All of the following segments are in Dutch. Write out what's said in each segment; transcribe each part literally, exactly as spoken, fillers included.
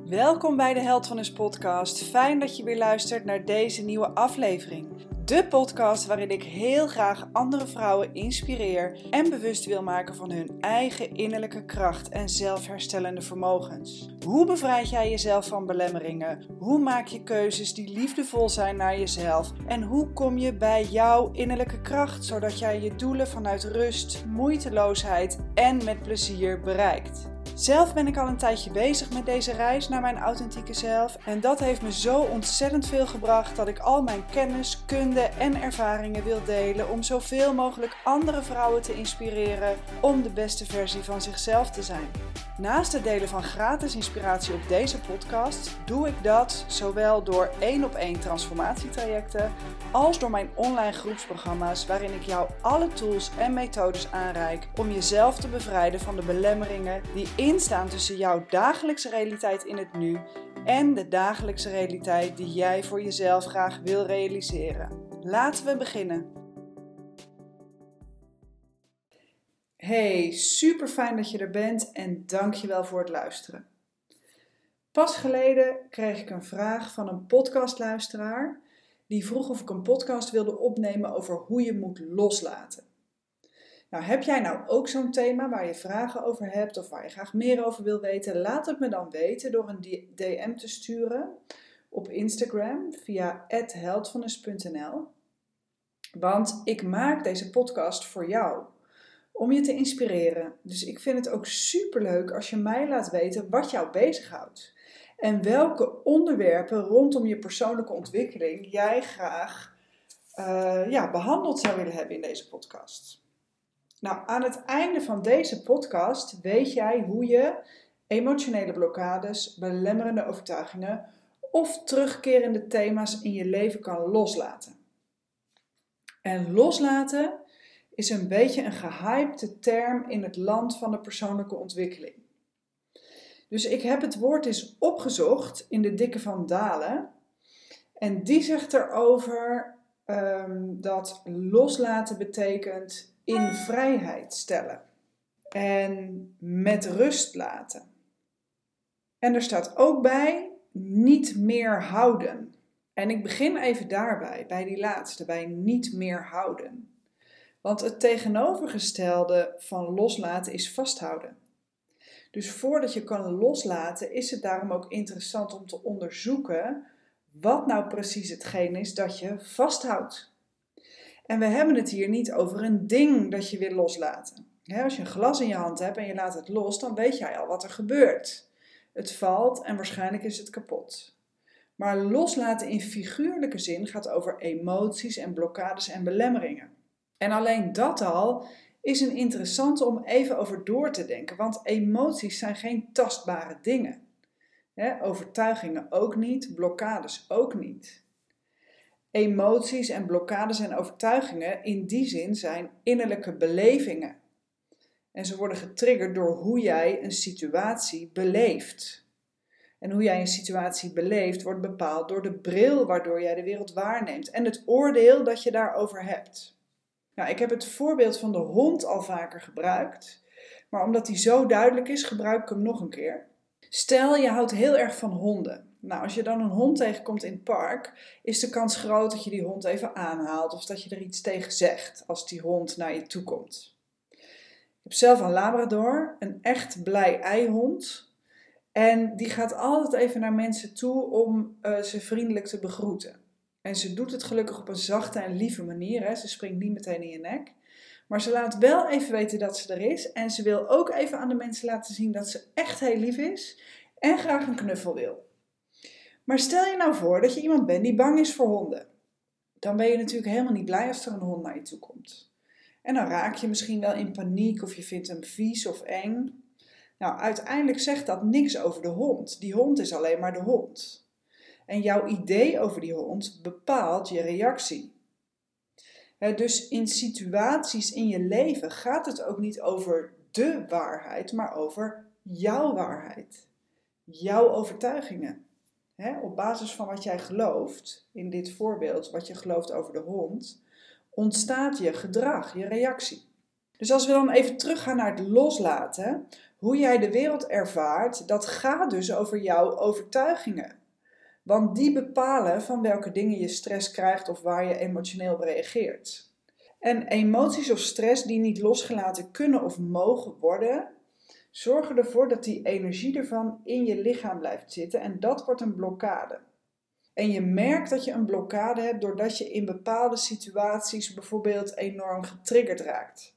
Welkom bij de Held van Us podcast. Fijn dat je weer luistert naar deze nieuwe aflevering. De podcast waarin ik heel graag andere vrouwen inspireer en bewust wil maken van hun eigen innerlijke kracht en zelfherstellende vermogens. Hoe bevrijd jij jezelf van belemmeringen? Hoe maak je keuzes die liefdevol zijn naar jezelf? En hoe kom je bij jouw innerlijke kracht, zodat jij je doelen vanuit rust, moeiteloosheid en met plezier bereikt? Zelf ben ik al een tijdje bezig met deze reis naar mijn authentieke zelf en dat heeft me zo ontzettend veel gebracht dat ik al mijn kennis, kunde en ervaringen wil delen om zoveel mogelijk andere vrouwen te inspireren om de beste versie van zichzelf te zijn. Naast het delen van gratis inspiratie op deze podcast doe ik dat zowel door één op één transformatietrajecten als door mijn online groepsprogramma's waarin ik jou alle tools en methodes aanreik om jezelf te bevrijden van de belemmeringen die instaan tussen jouw dagelijkse realiteit in het nu en de dagelijkse realiteit die jij voor jezelf graag wil realiseren. Laten we beginnen. Hey, super fijn dat je er bent en dankjewel voor het luisteren. Pas geleden kreeg ik een vraag van een podcastluisteraar die vroeg of ik een podcast wilde opnemen over hoe je moet loslaten. Nou, heb jij nou ook zo'n thema waar je vragen over hebt of waar je graag meer over wil weten? Laat het me dan weten door een D M te sturen op Instagram via at heldvanus punt n l. Want ik maak deze podcast voor jou. Om je te inspireren. Dus ik vind het ook superleuk als je mij laat weten wat jou bezighoudt. En welke onderwerpen rondom je persoonlijke ontwikkeling jij graag uh, ja, behandeld zou willen hebben in deze podcast. Nou, aan het einde van deze podcast weet jij hoe je emotionele blokkades, belemmerende overtuigingen of terugkerende thema's in je leven kan loslaten. En loslaten is een beetje een gehypte term in het land van de persoonlijke ontwikkeling. Dus ik heb het woord eens opgezocht in de Dikke van Dalen. En die zegt erover um, dat loslaten betekent in vrijheid stellen. En met rust laten. En er staat ook bij niet meer houden. En ik begin even daarbij, bij die laatste, bij niet meer houden. Want het tegenovergestelde van loslaten is vasthouden. Dus voordat je kan loslaten is het daarom ook interessant om te onderzoeken wat nou precies hetgeen is dat je vasthoudt. En we hebben het hier niet over een ding dat je wil loslaten. Als je een glas in je hand hebt en je laat het los, dan weet jij al wat er gebeurt. Het valt en waarschijnlijk is het kapot. Maar loslaten in figuurlijke zin gaat over emoties en blokkades en belemmeringen. En alleen dat al is een interessante om even over door te denken, want emoties zijn geen tastbare dingen. He, overtuigingen ook niet, blokkades ook niet. Emoties en blokkades en overtuigingen in die zin zijn innerlijke belevingen. En ze worden getriggerd door hoe jij een situatie beleeft. En hoe jij een situatie beleeft wordt bepaald door de bril waardoor jij de wereld waarneemt en het oordeel dat je daarover hebt. Nou, ik heb het voorbeeld van de hond al vaker gebruikt, maar omdat die zo duidelijk is, gebruik ik hem nog een keer. Stel, je houdt heel erg van honden. Nou, als je dan een hond tegenkomt in het park, is de kans groot dat je die hond even aanhaalt of dat je er iets tegen zegt als die hond naar je toe komt. Ik heb zelf een Labrador, een echt blij eihond. En die gaat altijd even naar mensen toe om uh, ze vriendelijk te begroeten. En ze doet het gelukkig op een zachte en lieve manier. Hè. Ze springt niet meteen in je nek. Maar ze laat wel even weten dat ze er is. En ze wil ook even aan de mensen laten zien dat ze echt heel lief is. En graag een knuffel wil. Maar stel je nou voor dat je iemand bent die bang is voor honden. Dan ben je natuurlijk helemaal niet blij als er een hond naar je toe komt. En dan raak je misschien wel in paniek of je vindt hem vies of eng. Nou, uiteindelijk zegt dat niks over de hond. Die hond is alleen maar de hond. En jouw idee over die hond bepaalt je reactie. He, dus in situaties in je leven gaat het ook niet over de waarheid, maar over jouw waarheid. Jouw overtuigingen. He, op basis van wat jij gelooft, in dit voorbeeld wat je gelooft over de hond, ontstaat je gedrag, je reactie. Dus als we dan even teruggaan naar het loslaten, Hoe jij de wereld ervaart, dat gaat dus over jouw overtuigingen. Want die bepalen van welke dingen je stress krijgt of waar je emotioneel op reageert. En emoties of stress die niet losgelaten kunnen of mogen worden, zorgen ervoor dat die energie ervan in je lichaam blijft zitten en dat wordt een blokkade. En je merkt dat je een blokkade hebt doordat je in bepaalde situaties bijvoorbeeld enorm getriggerd raakt.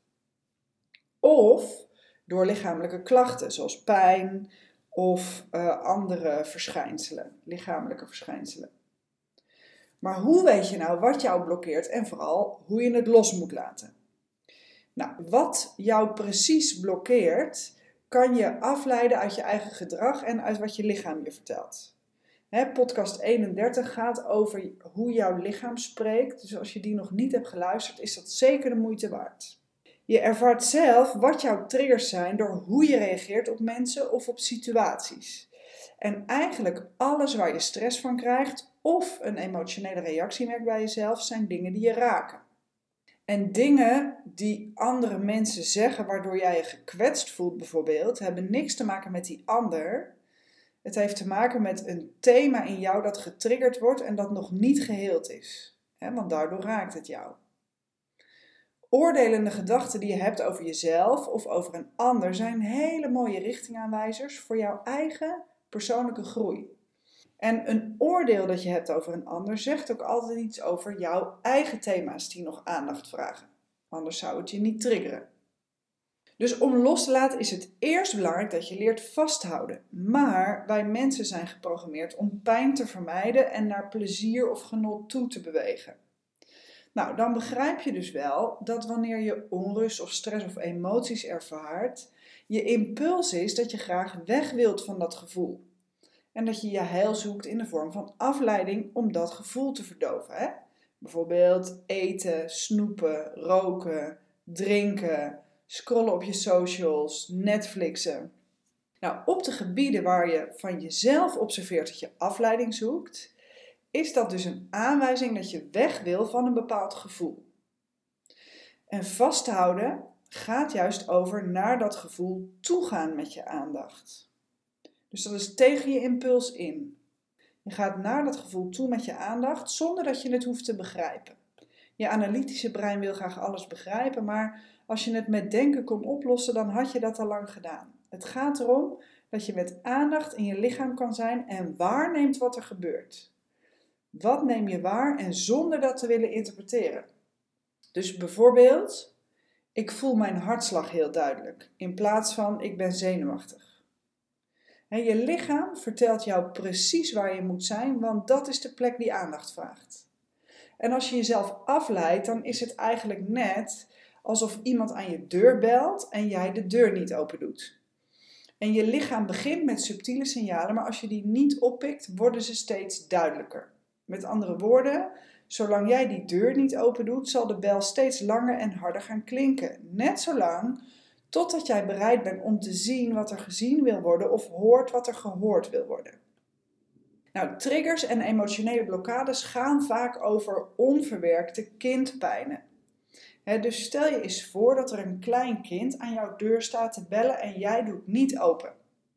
Of door lichamelijke klachten zoals pijn of uh, andere verschijnselen, lichamelijke verschijnselen. Maar hoe weet je nou wat jou blokkeert en vooral hoe je het los moet laten? Nou, wat jou precies blokkeert, kan je afleiden uit je eigen gedrag en uit wat je lichaam je vertelt. He, podcast eenendertig gaat over hoe jouw lichaam spreekt, dus als je die nog niet hebt geluisterd, is dat zeker de moeite waard. Je ervaart zelf wat jouw triggers zijn door hoe je reageert op mensen of op situaties. En eigenlijk alles waar je stress van krijgt of een emotionele reactie merkt bij jezelf, zijn dingen die je raken. En dingen die andere mensen zeggen waardoor jij je gekwetst voelt bijvoorbeeld, hebben niks te maken met die ander. Het heeft te maken met een thema in jou dat getriggerd wordt en dat nog niet geheeld is. He, want daardoor raakt het jou. Oordelende gedachten die je hebt over jezelf of over een ander zijn hele mooie richtingaanwijzers voor jouw eigen persoonlijke groei. En een oordeel dat je hebt over een ander zegt ook altijd iets over jouw eigen thema's die nog aandacht vragen. Anders zou het je niet triggeren. Dus om los te laten is het eerst belangrijk dat je leert vasthouden. Maar wij mensen zijn geprogrammeerd om pijn te vermijden en naar plezier of genot toe te bewegen. Nou, dan begrijp je dus wel dat wanneer je onrust of stress of emoties ervaart, je impuls is dat je graag weg wilt van dat gevoel. En dat je je heil zoekt in de vorm van afleiding om dat gevoel te verdoven. Hè? Bijvoorbeeld eten, snoepen, roken, drinken, scrollen op je socials, Netflixen. Nou, op de gebieden waar je van jezelf observeert dat je afleiding zoekt, is dat dus een aanwijzing dat je weg wil van een bepaald gevoel. En vasthouden gaat juist over naar dat gevoel toegaan met je aandacht. Dus dat is tegen je impuls in. Je gaat naar dat gevoel toe met je aandacht zonder dat je het hoeft te begrijpen. Je analytische brein wil graag alles begrijpen, maar als je het met denken kon oplossen, dan had je dat al lang gedaan. Het gaat erom dat je met aandacht in je lichaam kan zijn en waarneemt wat er gebeurt. Wat neem je waar en zonder dat te willen interpreteren? Dus bijvoorbeeld, ik voel mijn hartslag heel duidelijk, in plaats van ik ben zenuwachtig. En je lichaam vertelt jou precies waar je moet zijn, want dat is de plek die aandacht vraagt. En als je jezelf afleidt, dan is het eigenlijk net alsof iemand aan je deur belt en jij de deur niet open doet. En je lichaam begint met subtiele signalen, maar als je die niet oppikt, worden ze steeds duidelijker. Met andere woorden, zolang jij die deur niet open doet, zal de bel steeds langer en harder gaan klinken. Net zolang totdat jij bereid bent om te zien wat er gezien wil worden of hoort wat er gehoord wil worden. Nou, triggers en emotionele blokkades gaan vaak over onverwerkte kindpijnen. He, dus stel je eens voor dat er een klein kind aan jouw deur staat te bellen en jij doet niet open.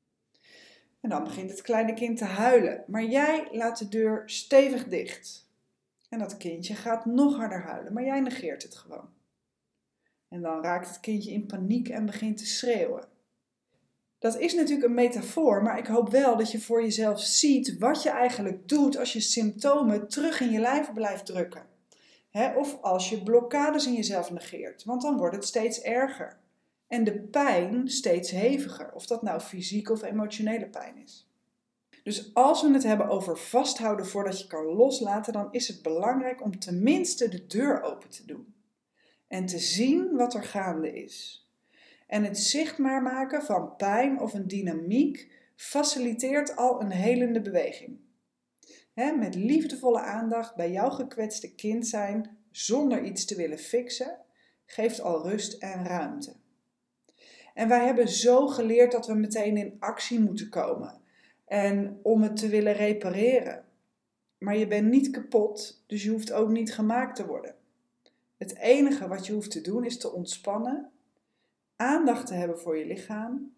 En dan begint het kleine kind te huilen, maar jij laat de deur stevig dicht. En dat kindje gaat nog harder huilen, maar jij negeert het gewoon. En dan raakt het kindje in paniek en begint te schreeuwen. Dat is natuurlijk een metafoor, maar ik hoop wel dat je voor jezelf ziet wat je eigenlijk doet als je symptomen terug in je lijf blijft drukken. He, of als je blokkades in jezelf negeert, want dan wordt het steeds erger. En de pijn steeds heviger, of dat nou fysiek of emotionele pijn is. Dus als we het hebben over vasthouden voordat je kan loslaten, dan is het belangrijk om tenminste de deur open te doen. En te zien wat er gaande is. En het zichtbaar maken van pijn of een dynamiek faciliteert al een helende beweging. He, met liefdevolle aandacht bij jouw gekwetste kind zijn zonder iets te willen fixen, geeft al rust en ruimte. En wij hebben zo geleerd dat we meteen in actie moeten komen. En om het te willen repareren. Maar je bent niet kapot, dus je hoeft ook niet gemaakt te worden. Het enige wat je hoeft te doen is te ontspannen, aandacht te hebben voor je lichaam,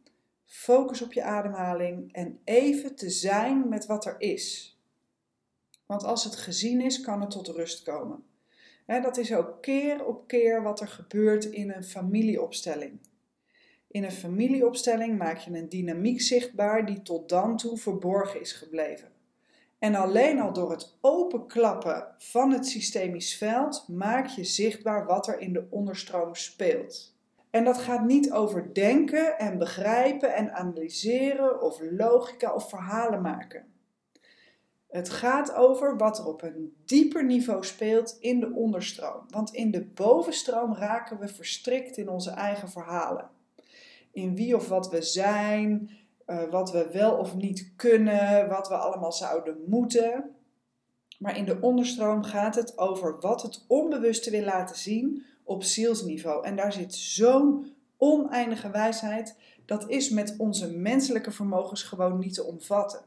Focus op je ademhaling en even te zijn met wat er is. Want als het gezien is, kan het tot rust komen. He, dat is ook keer op keer wat er gebeurt in een familieopstelling. In een familieopstelling maak je een dynamiek zichtbaar die tot dan toe verborgen is gebleven. En alleen al door het openklappen van het systemisch veld maak je zichtbaar wat er in de onderstroom speelt. En dat gaat niet over denken en begrijpen en analyseren of logica of verhalen maken. Het gaat over wat er op een dieper niveau speelt in de onderstroom. Want in de bovenstroom raken we verstrikt in onze eigen verhalen. In wie of wat we zijn, uh, wat we wel of niet kunnen, wat we allemaal zouden moeten. Maar in de onderstroom gaat het over wat het onbewuste wil laten zien op zielsniveau. En daar zit zo'n oneindige wijsheid, dat is met onze menselijke vermogens gewoon niet te omvatten.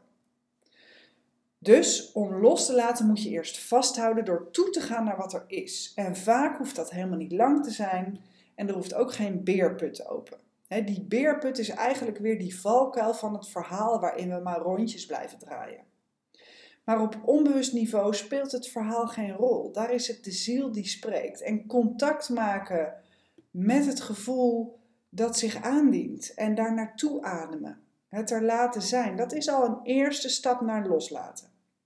Dus om los te laten moet je eerst vasthouden door toe te gaan naar wat er is. En vaak hoeft dat helemaal niet lang te zijn en er hoeft ook geen beerput open. He, die beerput is eigenlijk weer die valkuil van het verhaal waarin we maar rondjes blijven draaien. Maar op onbewust niveau speelt het verhaal geen rol. Daar is het de ziel die spreekt. En contact maken met het gevoel dat zich aandient en daar naartoe ademen. Het er laten zijn, dat is al een eerste stap naar loslaten.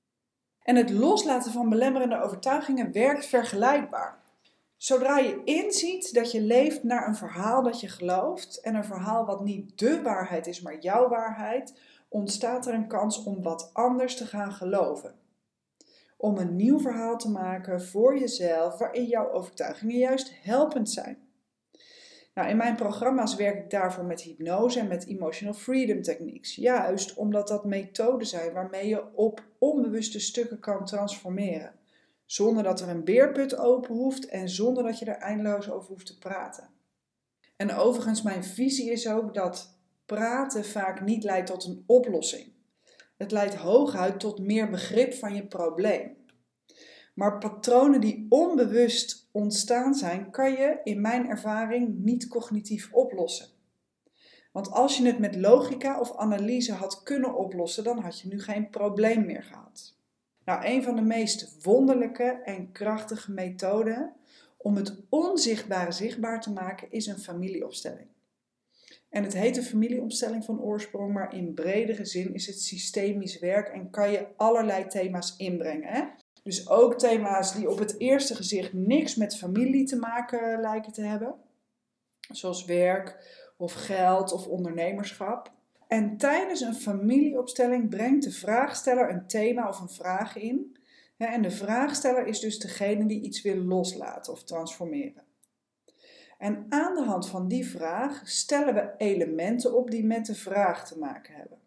En het loslaten van belemmerende overtuigingen werkt vergelijkbaar. Zodra je inziet dat je leeft naar een verhaal dat je gelooft en een verhaal wat niet de waarheid is, maar jouw waarheid, ontstaat er een kans om wat anders te gaan geloven. Om een nieuw verhaal te maken voor jezelf waarin jouw overtuigingen juist helpend zijn. Nou, in mijn programma's werk ik daarvoor met hypnose en met emotional freedom techniques. Juist omdat dat methoden zijn waarmee je op onbewuste stukken kan transformeren. Zonder dat er een beerput open hoeft en zonder dat je er eindeloos over hoeft te praten. En overigens, mijn visie is ook dat praten vaak niet leidt tot een oplossing. Het leidt hooguit tot meer begrip van je probleem. Maar patronen die onbewust ontstaan zijn, kan je in mijn ervaring niet cognitief oplossen. Want als je het met logica of analyse had kunnen oplossen, dan had je nu geen probleem meer gehad. Nou, een van de meest wonderlijke en krachtige methoden om het onzichtbare zichtbaar te maken is een familieopstelling. En het heet een familieopstelling van oorsprong, maar in bredere zin is het systemisch werk en kan je allerlei thema's inbrengen. Hè? Dus ook thema's die op het eerste gezicht niks met familie te maken lijken te hebben. Zoals werk of geld of ondernemerschap. En tijdens een familieopstelling brengt de vraagsteller een thema of een vraag in. En de vraagsteller is dus degene die iets wil loslaten of transformeren. En aan de hand van die vraag stellen we elementen op die met de vraag te maken hebben.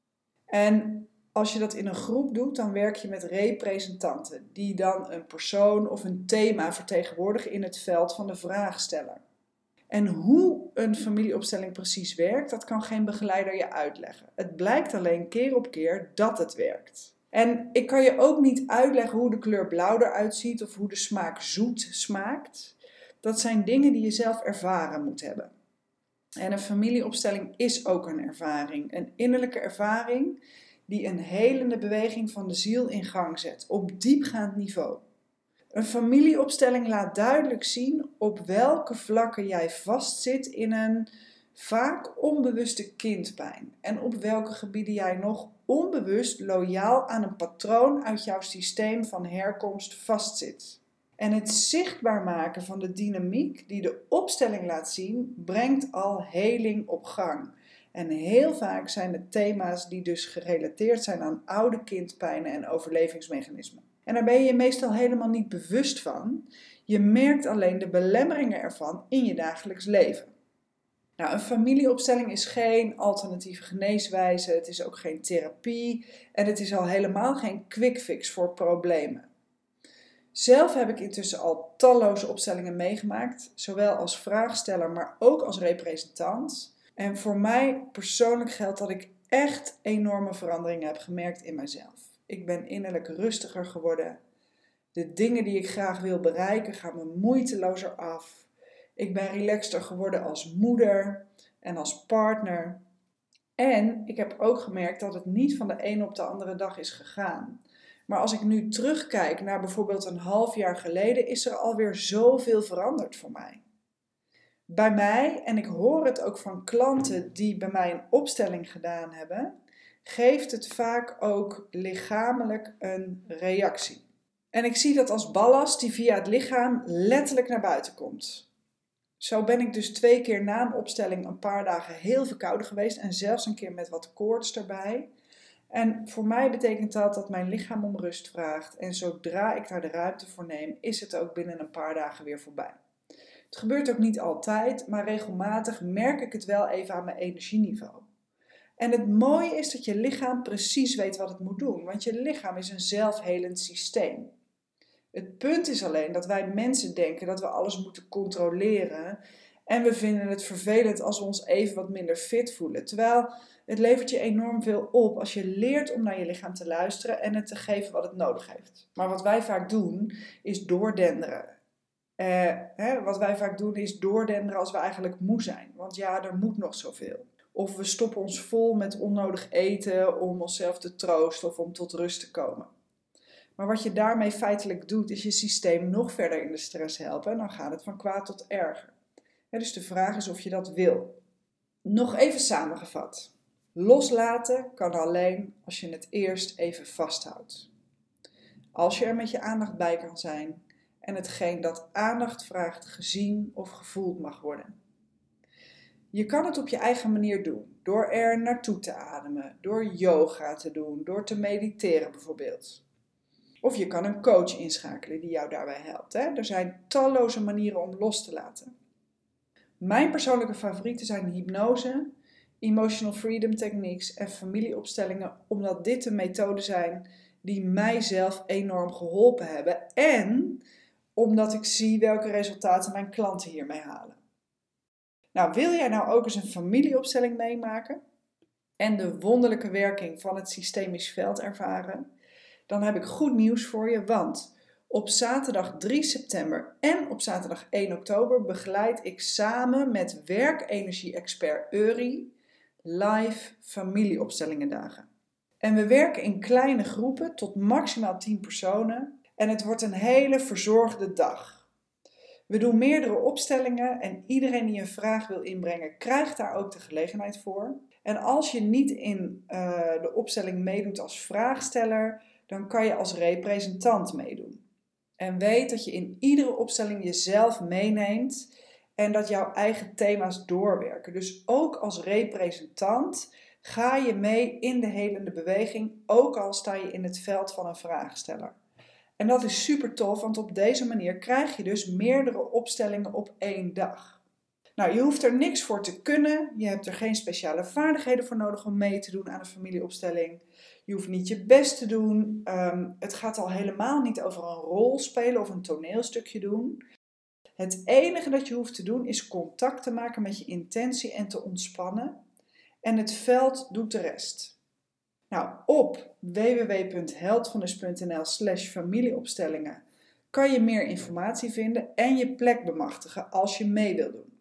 En als je dat in een groep doet, dan werk je met representanten die dan een persoon of een thema vertegenwoordigen in het veld van de vraagsteller. En hoe een familieopstelling precies werkt, dat kan geen begeleider je uitleggen. Het blijkt alleen keer op keer dat het werkt. En ik kan je ook niet uitleggen hoe de kleur blauw eruit ziet of hoe de smaak zoet smaakt. Dat zijn dingen die je zelf ervaren moet hebben. En een familieopstelling is ook een ervaring, een innerlijke ervaring die een helende beweging van de ziel in gang zet, op diepgaand niveau. Een familieopstelling laat duidelijk zien op welke vlakken jij vastzit in een vaak onbewuste kindpijn en op welke gebieden jij nog onbewust loyaal aan een patroon uit jouw systeem van herkomst vastzit. En het zichtbaar maken van de dynamiek die de opstelling laat zien, brengt al heling op gang. En heel vaak zijn het thema's die dus gerelateerd zijn aan oude kindpijnen en overlevingsmechanismen. En daar ben je je meestal helemaal niet bewust van. Je merkt alleen de belemmeringen ervan in je dagelijks leven. Nou, een familieopstelling is geen alternatieve geneeswijze, het is ook geen therapie en het is al helemaal geen quick fix voor problemen. Zelf heb ik intussen al talloze opstellingen meegemaakt, zowel als vraagsteller, maar ook als representant. En voor mij persoonlijk geldt dat ik echt enorme veranderingen heb gemerkt in mijzelf. Ik ben innerlijk rustiger geworden. De dingen die ik graag wil bereiken gaan me moeitelozer af. Ik ben relaxter geworden als moeder en als partner. En ik heb ook gemerkt dat het niet van de ene op de andere dag is gegaan. Maar als ik nu terugkijk naar bijvoorbeeld een half jaar geleden, is er alweer zoveel veranderd voor mij. Bij mij, en ik hoor het ook van klanten die bij mij een opstelling gedaan hebben, geeft het vaak ook lichamelijk een reactie. En ik zie dat als ballast die via het lichaam letterlijk naar buiten komt. Zo ben ik dus twee keer na een opstelling een paar dagen heel verkouden geweest en zelfs een keer met wat koorts erbij. En voor mij betekent dat dat mijn lichaam om rust vraagt en zodra ik daar de ruimte voor neem, is het ook binnen een paar dagen weer voorbij. Het gebeurt ook niet altijd, maar regelmatig merk ik het wel even aan mijn energieniveau. En het mooie is dat je lichaam precies weet wat het moet doen, want je lichaam is een zelfhelend systeem. Het punt is alleen dat wij mensen denken dat we alles moeten controleren en we vinden het vervelend als we ons even wat minder fit voelen. Terwijl het levert je enorm veel op als je leert om naar je lichaam te luisteren en het te geven wat het nodig heeft. Maar wat wij vaak doen is doordenderen. Uh, hè, wat wij vaak doen is doordenderen als we eigenlijk moe zijn. Want ja, er moet nog zoveel. Of we stoppen ons vol met onnodig eten om onszelf te troosten of om tot rust te komen. Maar wat je daarmee feitelijk doet, is je systeem nog verder in de stress helpen. En dan gaat het van kwaad tot erger. Ja, dus de vraag is of je dat wil. Nog even samengevat. Loslaten kan alleen als je het eerst even vasthoudt. Als je er met je aandacht bij kan zijn en hetgeen dat aandacht vraagt gezien of gevoeld mag worden. Je kan het op je eigen manier doen, door er naartoe te ademen, door yoga te doen, door te mediteren bijvoorbeeld. Of je kan een coach inschakelen die jou daarbij helpt. Hè? Er zijn talloze manieren om los te laten. Mijn persoonlijke favorieten zijn hypnose, emotional freedom techniques en familieopstellingen, omdat dit de methoden zijn die mijzelf enorm geholpen hebben en omdat ik zie welke resultaten mijn klanten hiermee halen. Nou, wil jij nou ook eens een familieopstelling meemaken en de wonderlijke werking van het systemisch veld ervaren? Dan heb ik goed nieuws voor je, want op zaterdag drie september en op zaterdag één oktober begeleid ik samen met werkenergie-expert Uri live familieopstellingendagen. En we werken in kleine groepen tot maximaal tien personen en het wordt een hele verzorgde dag. We doen meerdere opstellingen en iedereen die een vraag wil inbrengen krijgt daar ook de gelegenheid voor. En als je niet in uh, de opstelling meedoet als vraagsteller, dan kan je als representant meedoen. En weet dat je in iedere opstelling jezelf meeneemt en dat jouw eigen thema's doorwerken. Dus ook als representant ga je mee in de helende beweging, ook al sta je in het veld van een vraagsteller. En dat is super tof, want op deze manier krijg je dus meerdere opstellingen op één dag. Nou, je hoeft er niks voor te kunnen. Je hebt er geen speciale vaardigheden voor nodig om mee te doen aan een familieopstelling. Je hoeft niet je best te doen. Um, het gaat al helemaal niet over een rol spelen of een toneelstukje doen. Het enige dat je hoeft te doen is contact te maken met je intentie en te ontspannen. En het veld doet de rest. Nou, op w w w punt heldvanus punt n l slash familieopstellingen kan je meer informatie vinden en je plek bemachtigen als je mee wil doen.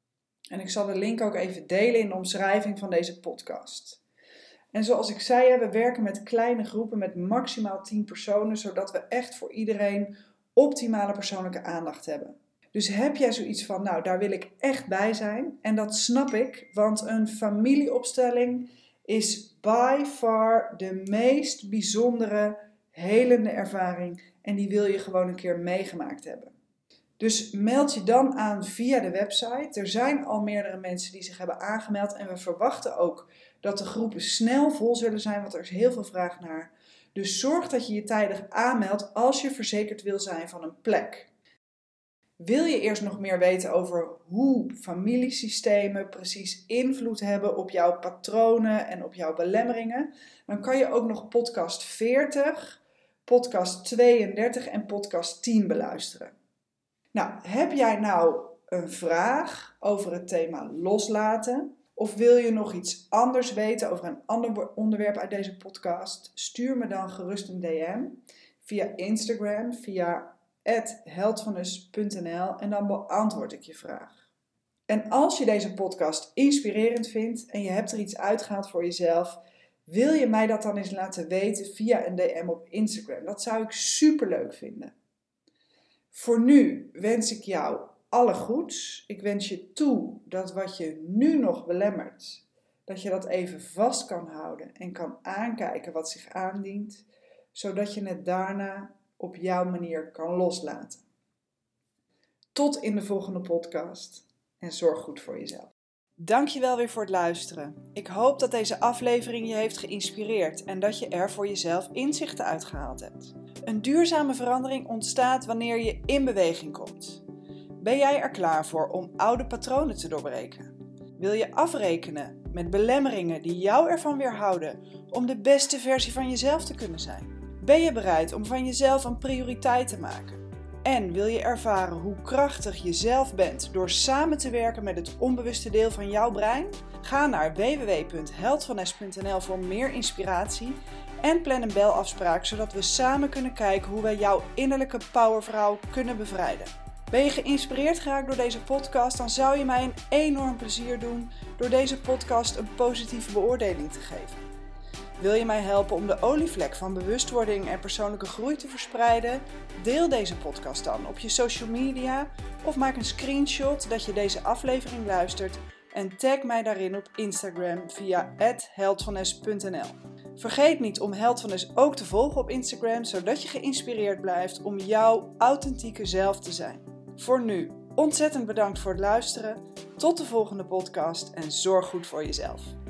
En ik zal de link ook even delen in de omschrijving van deze podcast. En zoals ik zei, we werken met kleine groepen met maximaal tien personen, zodat we echt voor iedereen optimale persoonlijke aandacht hebben. Dus heb jij zoiets van, nou daar wil ik echt bij zijn, en dat snap ik, want een familieopstelling is by far de meest bijzondere, helende ervaring en die wil je gewoon een keer meegemaakt hebben. Dus meld je dan aan via de website. Er zijn al meerdere mensen die zich hebben aangemeld en we verwachten ook dat de groepen snel vol zullen zijn, want er is heel veel vraag naar. Dus zorg dat je je tijdig aanmeldt als je verzekerd wil zijn van een plek. Wil je eerst nog meer weten over hoe familiesystemen precies invloed hebben op jouw patronen en op jouw belemmeringen? Dan kan je ook nog podcast veertig, podcast tweeëndertig en podcast tien beluisteren. Nou, heb jij nou een vraag over het thema loslaten? Of wil je nog iets anders weten over een ander onderwerp uit deze podcast? Stuur me dan gerust een D M via Instagram, via at heldvanus punt n l en dan beantwoord ik je vraag. En als je deze podcast inspirerend vindt en je hebt er iets uitgehaald voor jezelf, wil je mij dat dan eens laten weten via een D M op Instagram. Dat zou ik super leuk vinden. Voor nu wens ik jou alle goeds. Ik wens je toe dat wat je nu nog belemmert, dat je dat even vast kan houden en kan aankijken wat zich aandient, zodat je het daarna op jouw manier kan loslaten. Tot in de volgende podcast en zorg goed voor jezelf. Dankjewel weer voor het luisteren. Ik hoop dat deze aflevering je heeft geïnspireerd en dat je er voor jezelf inzichten uitgehaald hebt. Een duurzame verandering ontstaat wanneer je in beweging komt. Ben jij er klaar voor om oude patronen te doorbreken? Wil je afrekenen met belemmeringen die jou ervan weerhouden om de beste versie van jezelf te kunnen zijn? Ben je bereid om van jezelf een prioriteit te maken? En wil je ervaren hoe krachtig je zelf bent door samen te werken met het onbewuste deel van jouw brein? Ga naar w w w punt held van es punt n l voor meer inspiratie en plan een belafspraak zodat we samen kunnen kijken hoe wij jouw innerlijke powervrouw kunnen bevrijden. Ben je geïnspireerd geraakt door deze podcast, dan zou je mij een enorm plezier doen door deze podcast een positieve beoordeling te geven. Wil je mij helpen om de olievlek van bewustwording en persoonlijke groei te verspreiden? Deel deze podcast dan op je social media of maak een screenshot dat je deze aflevering luistert en tag mij daarin op Instagram via at held van es punt n l. Vergeet niet om Held van Es ook te volgen op Instagram, zodat je geïnspireerd blijft om jouw authentieke zelf te zijn. Voor nu, ontzettend bedankt voor het luisteren. Tot de volgende podcast en zorg goed voor jezelf.